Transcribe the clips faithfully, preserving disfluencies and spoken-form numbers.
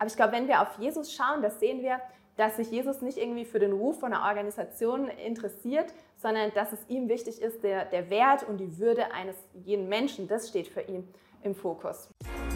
Aber ich glaube, wenn wir auf Jesus schauen, das sehen wir, dass sich Jesus nicht irgendwie für den Ruf von einer Organisation interessiert, sondern dass es ihm wichtig ist, der, der Wert und die Würde eines jeden Menschen, das steht für ihn im Fokus.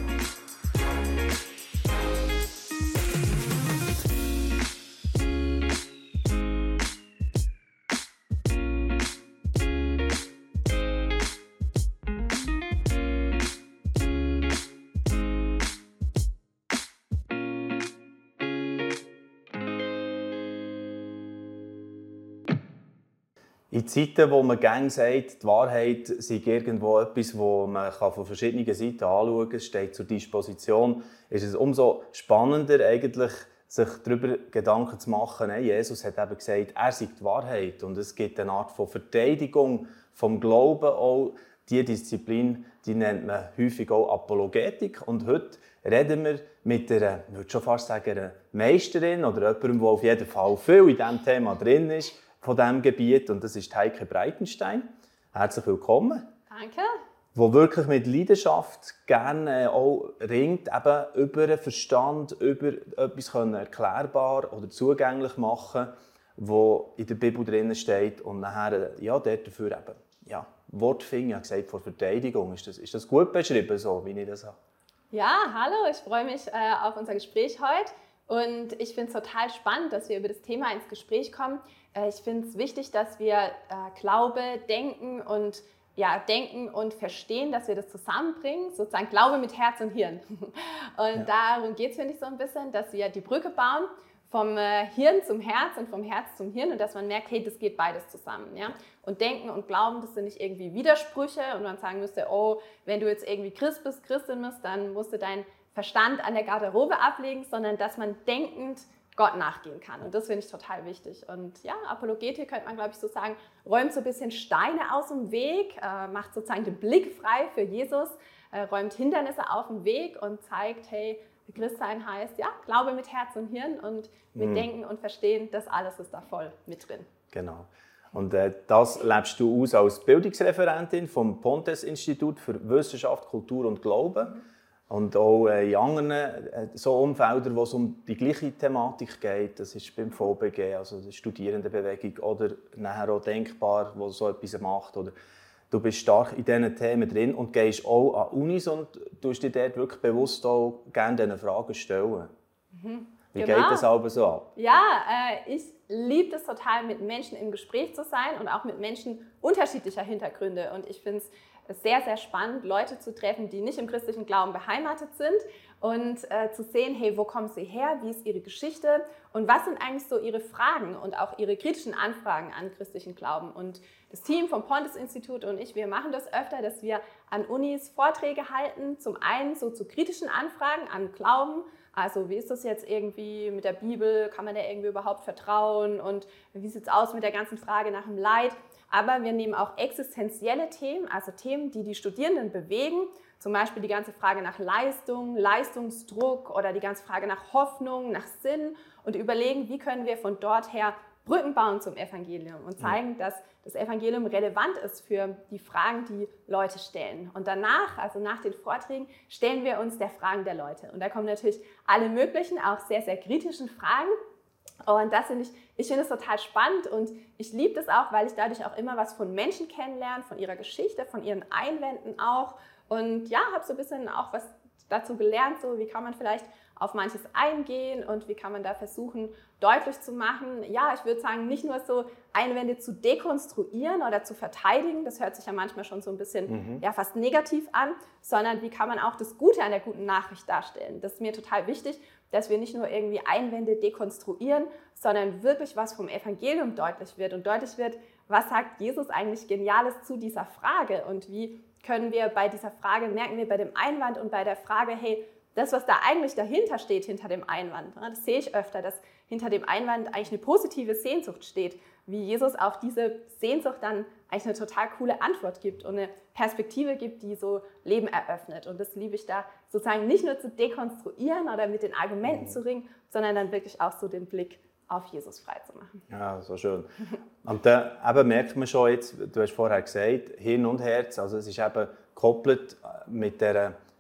In Zeiten, wo man gerne sagt, die Wahrheit sei irgendwo etwas, das man von verschiedenen Seiten anschauen kann, steht zur Disposition, ist es umso spannender, eigentlich, sich darüber Gedanken zu machen. Jesus hat eben gesagt, er sei die Wahrheit. Und es gibt eine Art von Verteidigung vom Glauben auch. Diese Disziplin die nennt man häufig auch Apologetik. Und heute reden wir mit einer, ich würde schon fast sagen, einer Meisterin oder jemandem, der auf jeden Fall viel in diesem Thema drin ist, von diesem Gebiet, und das ist Heike Breitenstein. Herzlich willkommen. Danke. Die wirklich mit Leidenschaft gerne auch ringt, eben über den Verstand, über etwas erklärbar oder zugänglich machen, was in der Bibel drin steht, und nachher ja, dafür eben ja, Wort finden. Ich habe gesagt, vor Verteidigung. Ist das, ist das gut beschrieben, so wie ich das habe? Ja, hallo, ich freue mich äh, auf unser Gespräch heute. Und ich finde es total spannend, dass wir über das Thema ins Gespräch kommen. Ich finde es wichtig, dass wir äh, Glaube, Denken und, ja, Denken und Verstehen, dass wir das zusammenbringen, sozusagen Glaube mit Herz und Hirn. Und ja. darum geht es, finde ich, so ein bisschen, dass wir die Brücke bauen vom äh, Hirn zum Herz und vom Herz zum Hirn, und dass man merkt, hey, das geht beides zusammen. Ja? Und Denken und Glauben, das sind nicht irgendwie Widersprüche, und man sagen müsste, oh, wenn du jetzt irgendwie Christ bist, Christin bist, dann musst du dein Verstand an der Garderobe ablegen, sondern dass man denkend Gott nachgehen kann. Und das finde ich total wichtig. Und ja, Apologetik könnte man, glaube ich, so sagen, räumt so ein bisschen Steine aus dem Weg, äh, macht sozusagen den Blick frei für Jesus, äh, räumt Hindernisse auf dem Weg und zeigt, hey, Christsein heißt, ja, Glaube mit Herz und Hirn, und mit mhm. Denken und Verstehen, das alles ist da voll mit drin. Genau. Und äh, das lebst du aus als Bildungsreferentin vom Pontes-Institut für Wissenschaft, Kultur und Glauben. Mhm. Und auch in anderen äh, so Umfeldern, wo es um die gleiche Thematik geht, das ist beim V B G, also der Studierendenbewegung, oder nachher auch Denkbar, wo so etwas macht. Oder du bist stark in diesen Themen drin und gehst auch an Unis und tust dir dort wirklich bewusst auch gerne diese Fragen stellen. Mhm. Wie genau. geht das aber so ab? Ja, äh, ich liebe es total, mit Menschen im Gespräch zu sein und auch mit Menschen unterschiedlicher Hintergründe. Und ich finde es sehr, sehr spannend, Leute zu treffen, die nicht im christlichen Glauben beheimatet sind, und äh, zu sehen, hey, wo kommen sie her, wie ist ihre Geschichte und was sind eigentlich so ihre Fragen und auch ihre kritischen Anfragen an christlichen Glauben. Und das Team vom Pontes-Institut und ich, wir machen das öfter, dass wir an Unis Vorträge halten, zum einen so zu kritischen Anfragen an Glauben. Also wie ist das jetzt irgendwie mit der Bibel, kann man der irgendwie überhaupt vertrauen, und wie sieht es aus mit der ganzen Frage nach dem Leid. Aber wir nehmen auch existenzielle Themen, also Themen, die die Studierenden bewegen, zum Beispiel die ganze Frage nach Leistung, Leistungsdruck oder die ganze Frage nach Hoffnung, nach Sinn, und überlegen, wie können wir von dort her Brücken bauen zum Evangelium und zeigen, dass das Evangelium relevant ist für die Fragen, die Leute stellen. Und danach, also nach den Vorträgen, stellen wir uns der Fragen der Leute. Und da kommen natürlich alle möglichen, auch sehr, sehr kritischen Fragen. Und das finde ich, ich finde es total spannend, und ich liebe das auch, weil ich dadurch auch immer was von Menschen kennenlerne, von ihrer Geschichte, von ihren Einwänden auch. Und ja, habe so ein bisschen auch was dazu gelernt, so wie kann man vielleicht auf manches eingehen und wie kann man da versuchen, deutlich zu machen, ja, ich würde sagen, nicht nur so Einwände zu dekonstruieren oder zu verteidigen, das hört sich ja manchmal schon so ein bisschen mhm. ja, fast negativ an, sondern wie kann man auch das Gute an der guten Nachricht darstellen. Das ist mir total wichtig, dass wir nicht nur irgendwie Einwände dekonstruieren, sondern wirklich was vom Evangelium deutlich wird und deutlich wird, was sagt Jesus eigentlich Geniales zu dieser Frage, und wie können wir bei dieser Frage, merken wir bei dem Einwand und bei der Frage, hey, das, was da eigentlich dahinter steht, hinter dem Einwand, das sehe ich öfter, dass hinter dem Einwand eigentlich eine positive Sehnsucht steht, wie Jesus auf diese Sehnsucht dann eigentlich eine total coole Antwort gibt und eine Perspektive gibt, die so Leben eröffnet. Und das liebe ich da, sozusagen nicht nur zu dekonstruieren oder mit den Argumenten zu ringen, sondern dann wirklich auch so den Blick auf Jesus frei zu machen. Ja, so schön. Und da eben merkt man schon jetzt, du hast vorher gesagt, Hirn und Herz, also es ist eben gekoppelt mit der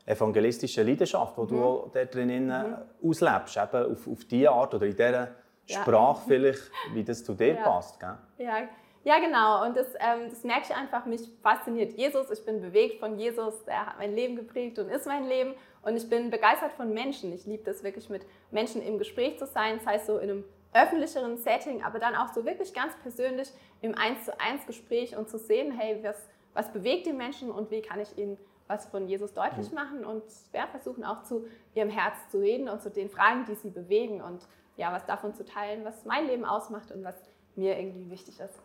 evangelistischen Leidenschaft, die mhm. du auch dort drinnen mhm. auslebst, eben auf, auf diese Art oder in dieser ja. Sprache vielleicht, wie das zu dir ja. passt. Gell? Ja. Ja, genau. Und das, ähm, das merke ich einfach, mich fasziniert Jesus. Ich bin bewegt von Jesus. Er hat mein Leben geprägt und ist mein Leben. Und ich bin begeistert von Menschen. Ich liebe das wirklich, mit Menschen im Gespräch zu sein. Das heißt, so in einem öffentlicheren Setting, aber dann auch so wirklich ganz persönlich im eins zu eins Gespräch und zu sehen, hey, was, was bewegt die Menschen und wie kann ich ihnen was von Jesus deutlich machen und ja, versuchen auch zu ihrem Herz zu reden und zu den Fragen, die sie bewegen und ja, was davon zu teilen, was mein Leben ausmacht und was mir irgendwie wichtig ist.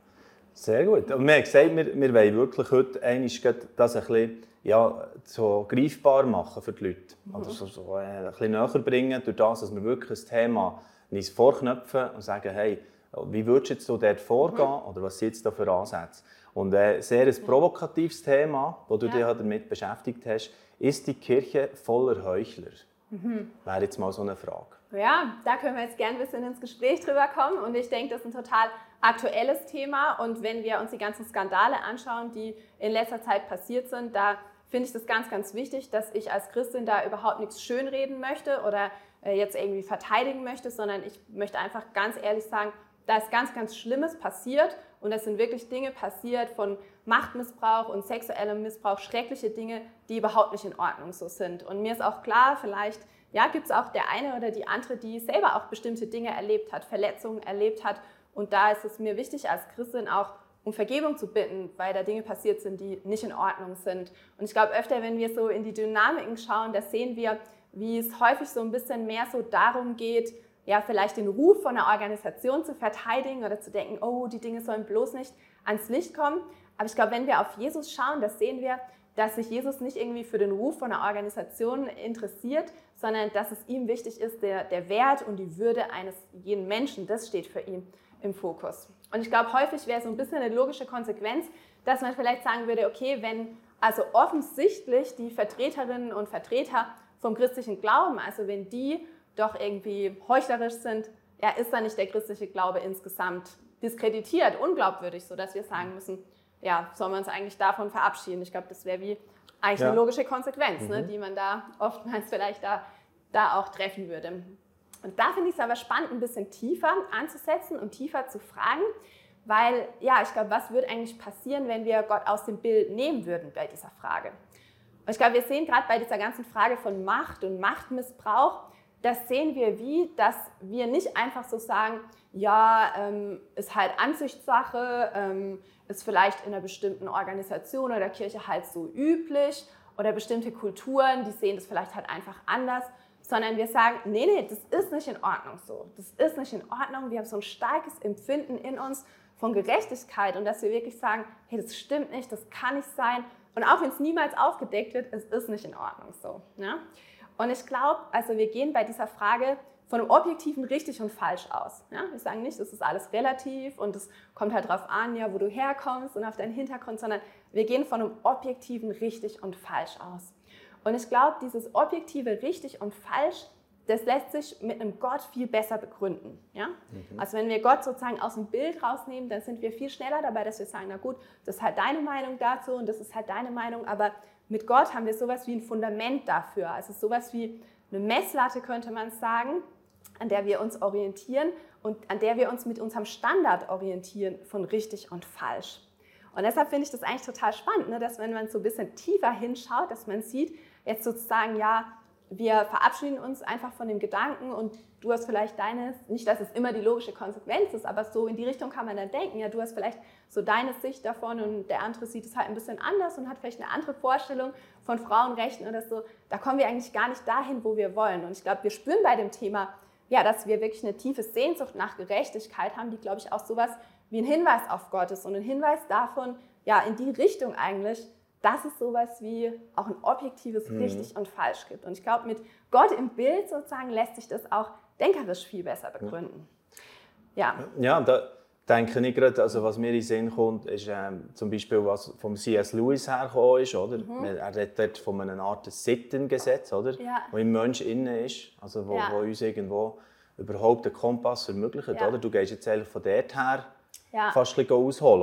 Sehr gut. Und wir haben gesagt, wir, wir wollen wirklich heute das ein bisschen, ja, so greifbar machen für die Leute. Mhm. Oder so, so ein bisschen näher bringen, durch das, dass wir wirklich ein Thema uns vorknöpfen und sagen, hey, wie würdest du dort vorgehen mhm. oder was sind jetzt da für Ansätze? Und ein sehr ein provokatives Thema, das du ja. dich damit beschäftigt hast, ist die Kirche voller Heuchler? Mhm. Wäre jetzt mal so eine Frage. Ja, da können wir jetzt gerne ein bisschen ins Gespräch drüber kommen und ich denke, das ist ein total aktuelles Thema und wenn wir uns die ganzen Skandale anschauen, die in letzter Zeit passiert sind, da finde ich das ganz, ganz wichtig, dass ich als Christin da überhaupt nichts schönreden möchte oder jetzt irgendwie verteidigen möchte, sondern ich möchte einfach ganz ehrlich sagen, da ist ganz, ganz Schlimmes passiert und es sind wirklich Dinge passiert von Machtmissbrauch und sexuellem Missbrauch, schreckliche Dinge, die überhaupt nicht in Ordnung so sind. Und mir ist auch klar, vielleicht ja, gibt es auch der eine oder die andere, die selber auch bestimmte Dinge erlebt hat, Verletzungen erlebt hat. Und da ist es mir wichtig, als Christin auch um Vergebung zu bitten, weil da Dinge passiert sind, die nicht in Ordnung sind. Und ich glaube, öfter, wenn wir so in die Dynamiken schauen, da sehen wir, wie es häufig so ein bisschen mehr so darum geht, ja, vielleicht den Ruf von einer Organisation zu verteidigen oder zu denken, oh, die Dinge sollen bloß nicht ans Licht kommen. Aber ich glaube, wenn wir auf Jesus schauen, da sehen wir, dass sich Jesus nicht irgendwie für den Ruf von einer Organisation interessiert, sondern dass es ihm wichtig ist, der, der Wert und die Würde eines jeden Menschen, das steht für ihn im Fokus. Und ich glaube, häufig wäre so ein bisschen eine logische Konsequenz, dass man vielleicht sagen würde, okay, wenn also offensichtlich die Vertreterinnen und Vertreter vom christlichen Glauben, also wenn die doch irgendwie heuchlerisch sind, ja, ist dann nicht der christliche Glaube insgesamt diskreditiert, unglaubwürdig, sodass wir sagen müssen, ja, sollen wir uns eigentlich davon verabschieden? Ich glaube, das wäre wie eigentlich ja. eine logische Konsequenz, mhm. ne, die man da oftmals vielleicht da, da auch treffen würde. Und da finde ich es aber spannend, ein bisschen tiefer anzusetzen und tiefer zu fragen, weil, ja, ich glaube, was würde eigentlich passieren, wenn wir Gott aus dem Bild nehmen würden bei dieser Frage? Und ich glaube, wir sehen gerade bei dieser ganzen Frage von Macht und Machtmissbrauch, das sehen wir wie, dass wir nicht einfach so sagen, ja, ähm, ist halt Ansichtssache, ähm, ist vielleicht in einer bestimmten Organisation oder Kirche halt so üblich oder bestimmte Kulturen, die sehen das vielleicht halt einfach anders, sondern wir sagen, nee, nee, das ist nicht in Ordnung so. Das ist nicht in Ordnung. Wir haben so ein starkes Empfinden in uns von Gerechtigkeit und dass wir wirklich sagen, hey, das stimmt nicht, das kann nicht sein. Und auch wenn es niemals aufgedeckt wird, es ist nicht in Ordnung so. Ja? Und ich glaube, also wir gehen bei dieser Frage von einem objektiven richtig und falsch aus. Ja? Wir sagen nicht, es ist alles relativ und es kommt halt darauf an, ja, wo du herkommst und auf deinen Hintergrund, sondern wir gehen von einem objektiven richtig und falsch aus. Und ich glaube, dieses objektive richtig und falsch, das lässt sich mit einem Gott viel besser begründen. Ja? Mhm. Also wenn wir Gott sozusagen aus dem Bild rausnehmen, dann sind wir viel schneller dabei, dass wir sagen, na gut, das ist halt deine Meinung dazu und das ist halt deine Meinung, aber mit Gott haben wir sowas wie ein Fundament dafür, also sowas wie eine Messlatte, könnte man sagen, an der wir uns orientieren und an der wir uns mit unserem Standard orientieren von richtig und falsch. Und deshalb finde ich das eigentlich total spannend, ne, dass wenn man so ein bisschen tiefer hinschaut, dass man sieht, jetzt sozusagen, ja, wir verabschieden uns einfach von dem Gedanken und du hast vielleicht deines, nicht, dass es immer die logische Konsequenz ist, aber so in die Richtung kann man dann denken, ja, du hast vielleicht so deine Sicht davon und der andere sieht es halt ein bisschen anders und hat vielleicht eine andere Vorstellung von Frauenrechten oder so. Da kommen wir eigentlich gar nicht dahin, wo wir wollen. Und ich glaube, wir spüren bei dem Thema, ja, dass wir wirklich eine tiefe Sehnsucht nach Gerechtigkeit haben, die, glaube ich, auch sowas wie ein Hinweis auf Gott ist und ein Hinweis davon, ja, in die Richtung eigentlich, dass es sowas wie auch ein objektives mhm. richtig und falsch gibt. Und ich glaube, mit Gott im Bild sozusagen lässt sich das auch denkerisch viel besser begründen. Ja, ja da denke ich gerade, also was mir in den Sinn kommt, ist ähm, zum Beispiel, was vom C S Lewis hergekommen ist. Oder? Mhm. Er redet dort von einer Art Sittengesetz, oder? Ja. Wo im Mensch innen ist, also wo, ja. wo uns irgendwo überhaupt den Kompass ermöglicht. Ja. Oder? Du gehst jetzt eigentlich von dort her ja. fast ein bisschen ausholen, oder?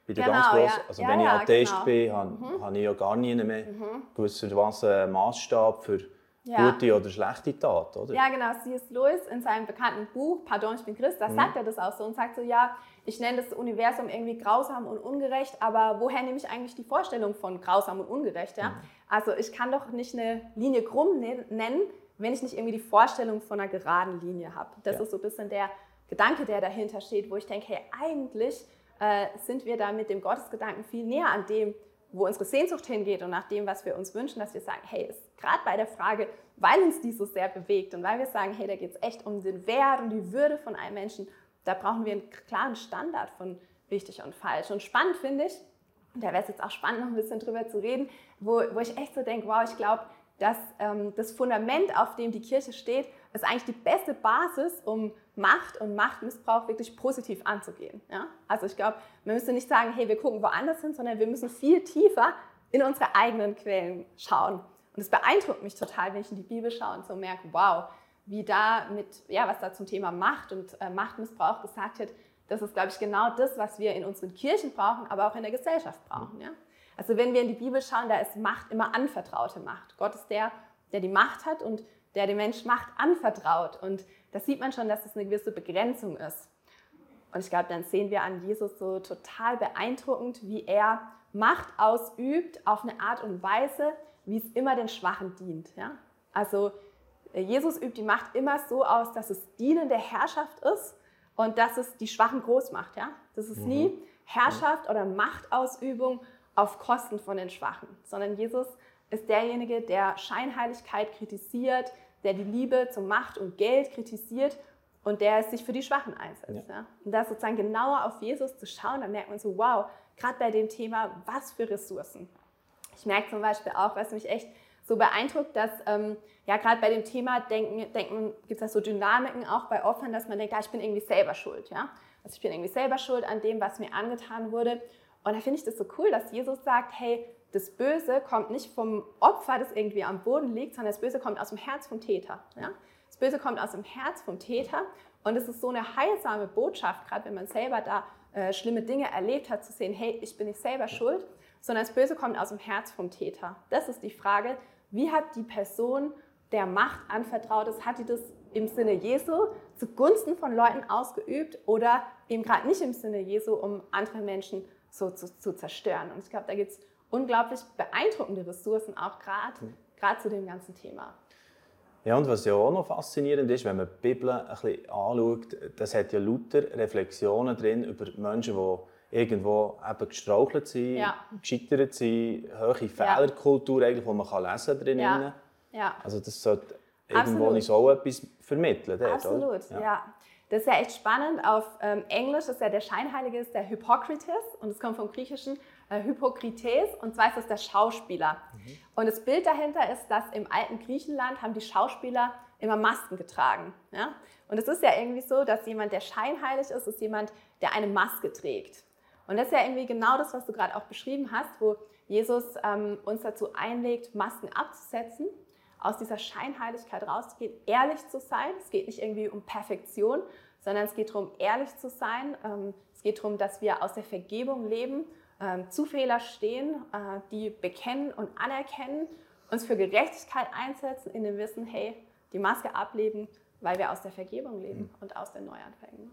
bei den Genau, ganz grossen. ja. Also Ja, wenn ich ja, Atheist genau. bin, habe Mhm. habe ich ja gar nie mehr Mhm. gewissermaßen einen Maßstab für Ja. gute oder schlechte Tat, oder? Ja, genau. C S. Lewis in seinem bekannten Buch Pardon, ich bin Christ, da Mhm. sagt er das auch so und sagt so, ja, ich nenne das Universum irgendwie grausam und ungerecht, aber woher nehme ich eigentlich die Vorstellung von grausam und ungerecht? Ja? Mhm. Also ich kann doch nicht eine Linie krumm ne- nennen, wenn ich nicht irgendwie die Vorstellung von einer geraden Linie habe. Das Ja. ist so ein bisschen der Gedanke, der dahinter steht, wo ich denke, hey, eigentlich äh, sind wir da mit dem Gottesgedanken viel näher an dem, wo unsere Sehnsucht hingeht und nach dem, was wir uns wünschen, dass wir sagen, hey, gerade bei der Frage, weil uns die so sehr bewegt und weil wir sagen, hey, da geht es echt um den Wert und die Würde von einem Menschen, da brauchen wir einen klaren Standard von richtig und falsch. Und spannend finde ich, und da wäre es jetzt auch spannend, noch ein bisschen drüber zu reden, wo, wo ich echt so denke, wow, ich glaube, dass ähm, das Fundament, auf dem die Kirche steht, ist eigentlich die beste Basis, um Macht und Machtmissbrauch wirklich positiv anzugehen. Ja? Also ich glaube, man müsste nicht sagen, hey, wir gucken woanders hin, sondern wir müssen viel tiefer in unsere eigenen Quellen schauen. Und es beeindruckt mich total, wenn ich in die Bibel schaue und so merke, wow, wie da mit, ja, was da zum Thema Macht und äh, Machtmissbrauch gesagt wird, das ist, glaube ich, genau das, was wir in unseren Kirchen brauchen, aber auch in der Gesellschaft brauchen. Ja? Also wenn wir in die Bibel schauen, da ist Macht immer anvertraute Macht. Gott ist der, der die Macht hat und der dem Menschen Macht anvertraut. Und da sieht man schon, dass es eine gewisse Begrenzung ist. Und ich glaube, dann sehen wir an Jesus so total beeindruckend, wie er Macht ausübt auf eine Art und Weise, wie es immer den Schwachen dient. Ja? Also Jesus übt die Macht immer so aus, dass es dienende Herrschaft ist und dass es die Schwachen groß macht. Ja? Das ist nie Herrschaft oder Machtausübung auf Kosten von den Schwachen, sondern Jesus ist derjenige, der Scheinheiligkeit kritisiert, der die Liebe zu Macht und Geld kritisiert und der sich für die Schwachen einsetzt. Ja. Ja? Und da sozusagen genauer auf Jesus zu schauen, da merkt man so, wow, gerade bei dem Thema, was für Ressourcen. Ich merke zum Beispiel auch, was mich echt so beeindruckt, dass ähm, ja gerade bei dem Thema denken, denken gibt es da so Dynamiken auch bei Opfern, dass man denkt, ja, ich bin irgendwie selber schuld. Ja? Also ich bin irgendwie selber schuld an dem, was mir angetan wurde. Und da finde ich das so cool, dass Jesus sagt, hey, das Böse kommt nicht vom Opfer, das irgendwie am Boden liegt, sondern das Böse kommt aus dem Herz vom Täter. Ja? Das Böse kommt aus dem Herz vom Täter und es ist so eine heilsame Botschaft, gerade wenn man selber da äh, schlimme Dinge erlebt hat, zu sehen, hey, ich bin nicht selber schuld, sondern das Böse kommt aus dem Herz vom Täter. Das ist die Frage, wie hat die Person, der Macht anvertraut ist, hat die das im Sinne Jesu zugunsten von Leuten ausgeübt oder eben gerade nicht im Sinne Jesu, um andere Menschen so zu, zu zerstören. Und ich glaube, da gibt es unglaublich beeindruckende Ressourcen, auch gerade zu dem ganzen Thema. Ja, und was ja auch noch faszinierend ist, wenn man die Bibel ein bisschen anschaut, das hat ja lauter Reflexionen drin über Menschen, die irgendwo eben gestrauchelt sind, ja. gescheitert sind, hohe Fehlerkultur, eigentlich, die man kann lesen drin. Ja. Ja. Also das sollte irgendwo nicht so etwas vermitteln. Dort, Absolut, ja. ja. Das ist ja echt spannend. Auf ähm, Englisch ist ja der Scheinheilige ist der Hippokrates und es kommt vom Griechischen äh, Hippokrates und zwar ist das der Schauspieler. Mhm. Und das Bild dahinter ist, dass im alten Griechenland haben die Schauspieler immer Masken getragen. Ja? Und es ist ja irgendwie so, dass jemand, der scheinheilig ist, ist jemand, der eine Maske trägt. Und das ist ja irgendwie genau das, was du gerade auch beschrieben hast, wo Jesus ähm, uns dazu einlegt, Masken abzusetzen, aus dieser Scheinheiligkeit rauszugehen, ehrlich zu sein. Es geht nicht irgendwie um Perfektion, sondern es geht darum, ehrlich zu sein. Es geht darum, dass wir aus der Vergebung leben, zu Fehler stehen, die bekennen und anerkennen, uns für Gerechtigkeit einsetzen, in dem Wissen, hey, die Maske ablegen, weil wir aus der Vergebung leben und aus den Neuanfängen.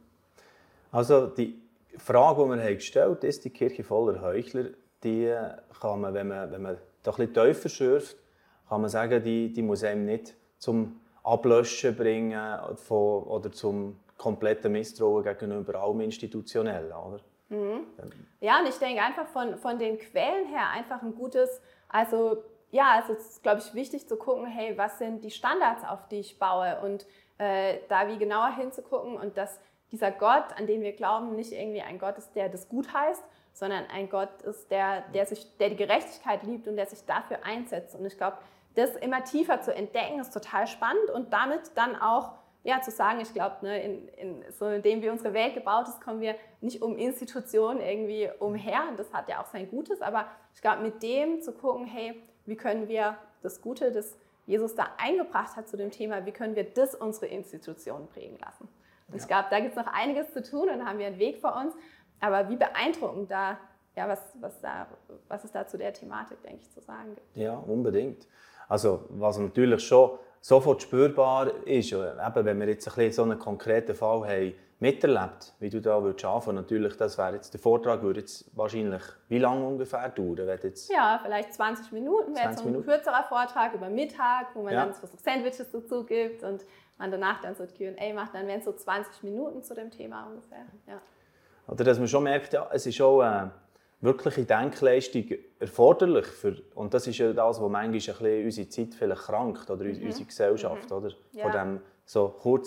Also die Frage, die wir haben gestellt haben, ist die Kirche voller Heuchler, die kann man, wenn man, wenn man da ein bisschen tiefer schürft, kann man sagen, die, die muss einem nicht zum Ablöschen bringen von, oder zum kompletten Misstrauen gegenüber allem Institutionellen, oder? Mhm. Ja, und ich denke einfach von, von den Quellen her einfach ein gutes, also ja, also es ist, glaube ich, wichtig zu gucken, hey, was sind die Standards, auf die ich baue und äh, da wie genauer hinzugucken und dass dieser Gott, an den wir glauben, nicht irgendwie ein Gott ist, der das gut heißt, sondern ein Gott ist, der, der, sich, der die Gerechtigkeit liebt und der sich dafür einsetzt. Und ich glaube, das immer tiefer zu entdecken, ist total spannend und damit dann auch ja, zu sagen, ich glaube, ne, in, in, so indem wie unsere Welt gebaut ist, kommen wir nicht um Institutionen irgendwie umher und das hat ja auch sein Gutes, aber ich glaube, mit dem zu gucken, hey, wie können wir das Gute, das Jesus da eingebracht hat zu dem Thema, wie können wir das unsere Institutionen prägen lassen. Und ja. ich glaube, da gibt es noch einiges zu tun und da haben wir einen Weg vor uns, aber wie beeindruckend da ja, was, was, da, was es da zu der Thematik, denke ich, zu sagen gibt. Ja, unbedingt. Also was natürlich schon sofort spürbar ist, eben, wenn wir jetzt ein bisschen so einen konkreten Fall haben, miterlebt, wie du da würdest anfangen. Natürlich, das wäre jetzt, der Vortrag würde jetzt wahrscheinlich wie lange ungefähr dauern? Wenn jetzt ja, vielleicht zwanzig Minuten wäre so ein Minuten. kürzerer Vortrag über Mittag, wo man ja. dann so Sandwiches dazu gibt und man danach dann so Q und A macht, dann wären es so zwanzig Minuten zu dem Thema ungefähr. Ja. Oder dass man schon merkt, ja, es ist auch äh, wirkliche Denkleistung erforderlich. Für, und das ist ja das, was manchmal ein bisschen unsere Zeit vielleicht krankt, oder mhm. unsere Gesellschaft, mhm. oder? Ja. Von dem so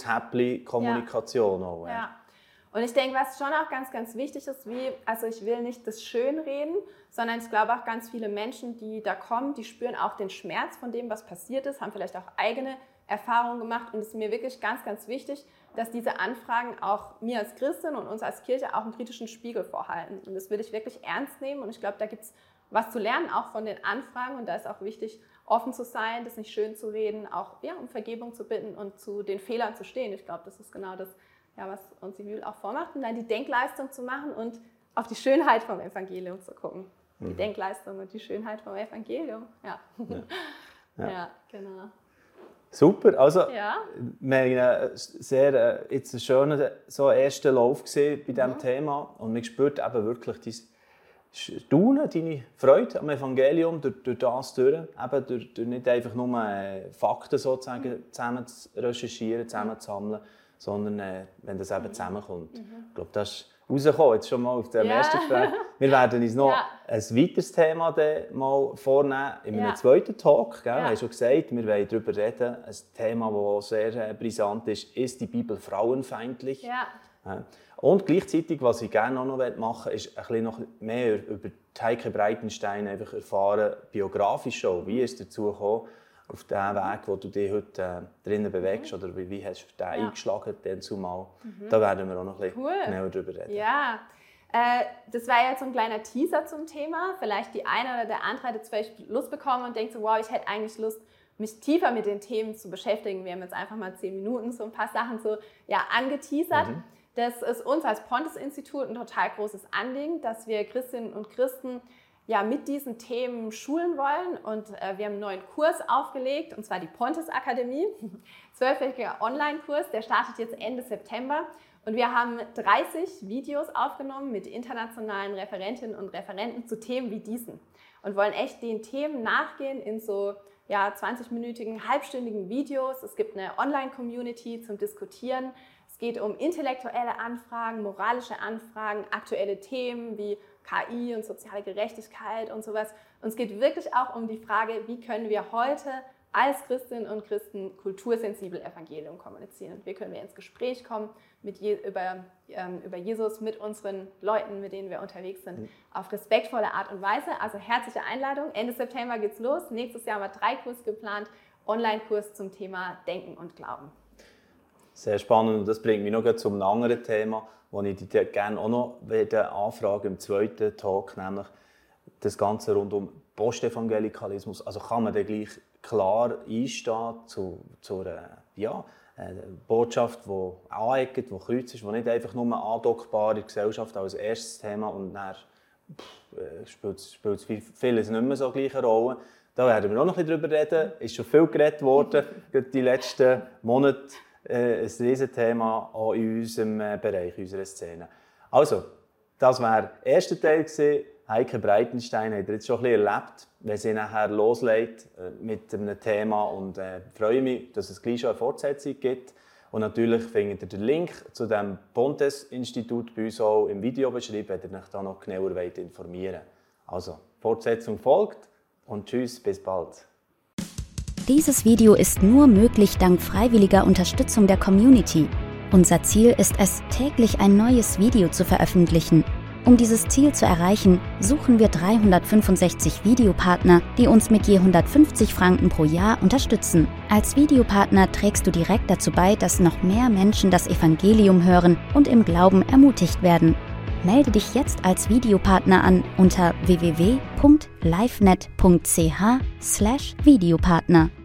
Kurzhäppli-Kommunikation ja. auch. Ja. Ja. Und ich denke, was schon auch ganz, ganz wichtig ist, wie, also ich will nicht das Schönreden, sondern ich glaube auch ganz viele Menschen, die da kommen, die spüren auch den Schmerz von dem, was passiert ist, haben vielleicht auch eigene Erfahrungen gemacht und es ist mir wirklich ganz, ganz wichtig, dass diese Anfragen auch mir als Christin und uns als Kirche auch einen kritischen Spiegel vorhalten. Und das will ich wirklich ernst nehmen und ich glaube, da gibt es was zu lernen, auch von den Anfragen und da ist auch wichtig, offen zu sein, das nicht schön zu reden, auch ja, um Vergebung zu bitten und zu den Fehlern zu stehen. Ich glaube, das ist genau das, ja, was uns die Bibel auch vormacht, und dann die Denkleistung zu machen und auf die Schönheit vom Evangelium zu gucken. Mhm. Die Denkleistung und die Schönheit vom Evangelium. Ja, ja. ja. ja genau. Super, also ja. wir haben sehr, jetzt einen schönen so ersten Lauf gesehen bei diesem mhm. Thema und man spürt eben wirklich dein Staunen, deine Freude am Evangelium durch, durch das durch, eben durch, durch nicht einfach nur äh, Fakten sozusagen mhm. zusammen zu recherchieren, zusammen zu sammeln, sondern äh, wenn das eben zusammenkommt. Mhm. Ich glaube, das ist rausgekommen, jetzt schon mal auf dem ja. ersten Gespräch. Wir werden uns noch ja. ein weiteres Thema mal vornehmen, in einem ja. zweiten Talk. Gell? Ja. Wir haben schon gesagt, wir wollen darüber reden. Ein Thema, das sehr äh, brisant ist, ist die Bibel frauenfeindlich? Ja. Ja. Und gleichzeitig, was ich gerne auch noch machen will, ist ein bisschen noch mehr über Heike Breitenstein einfach erfahren, biografisch auch. Wie ist es dazu gekommen, auf dem Weg, wo du dich heute äh, drinnen bewegst, mhm. oder wie, wie hast du den ja. eingeschlagen, den zumal? Mhm. Da werden wir auch noch ein bisschen cool. genauer drüber reden. Ja, äh, das war jetzt so ein kleiner Teaser zum Thema. Vielleicht die eine oder der andere hat jetzt vielleicht Lust bekommen und denkt so, wow, ich hätte eigentlich Lust, mich tiefer mit den Themen zu beschäftigen. Wir haben jetzt einfach mal zehn Minuten so ein paar Sachen so ja, angeteasert. Mhm. Das ist uns als Pontes-Institut ein total großes Anliegen, dass wir Christinnen und Christen ja, mit diesen Themen schulen wollen. Und äh, wir haben einen neuen Kurs aufgelegt, und zwar die Pontes-Akademie. Zwölfwöchiger Online-Kurs, der startet jetzt Ende September. Und wir haben dreißig Videos aufgenommen mit internationalen Referentinnen und Referenten zu Themen wie diesen. Und wollen echt den Themen nachgehen in so ja, zwanzigminütigen, halbstündigen Videos. Es gibt eine Online-Community zum Diskutieren. Es geht um intellektuelle Anfragen, moralische Anfragen, aktuelle Themen wie K I und soziale Gerechtigkeit und sowas. Und es geht wirklich auch um die Frage, wie können wir heute als Christinnen und Christen kultursensibel Evangelium kommunizieren. Wie können wir ins Gespräch kommen mit Je- über, ähm, über Jesus mit unseren Leuten, mit denen wir unterwegs sind, mhm. auf respektvolle Art und Weise. Also herzliche Einladung. Ende September geht's los. Nächstes Jahr haben wir drei Kurse geplant. Online-Kurs zum Thema Denken und Glauben. Sehr spannend, und das bringt mich noch zu einem anderen Thema, das ich dich gerne auch noch anfrage im zweiten Talk, nämlich das Ganze rund um Postevangelikalismus. Also kann man dann gleich klar einstehen zu, zu einer ja, eine Botschaft, die aneckt, die kreuz ist, die nicht einfach nur andockbar in der Gesellschaft als erstes Thema und dann pff, spielt, spielt vieles nicht mehr so gleiche Rolle. Da werden wir auch noch ein bisschen drüber reden. Es ist schon viel geredet worden, die letzten Monate. Ein Riesenthema auch in unserem Bereich, in unserer Szene. Also, das war der erste Teil gewesen. Heike Breitenstein hat ihr jetzt schon ein bisschen erlebt, wenn sie nachher loslegt mit einem Thema, und äh, freue mich, dass es gleich schon eine Fortsetzung gibt. Und natürlich findet ihr den Link zu dem Pontes-Institut bei uns auch im Video beschrieben, wenn ihr euch da noch genauer informieren wollt. Also, Fortsetzung folgt und tschüss, bis bald. Dieses Video ist nur möglich dank freiwilliger Unterstützung der Community. Unser Ziel ist es, täglich ein neues Video zu veröffentlichen. Um dieses Ziel zu erreichen, suchen wir dreihundertfünfundsechzig Videopartner, die uns mit je hundertfünfzig Franken pro Jahr unterstützen. Als Videopartner trägst du direkt dazu bei, dass noch mehr Menschen das Evangelium hören und im Glauben ermutigt werden. Melde dich jetzt als Videopartner an unter w w w punkt livenet punkt c h slash Videopartner.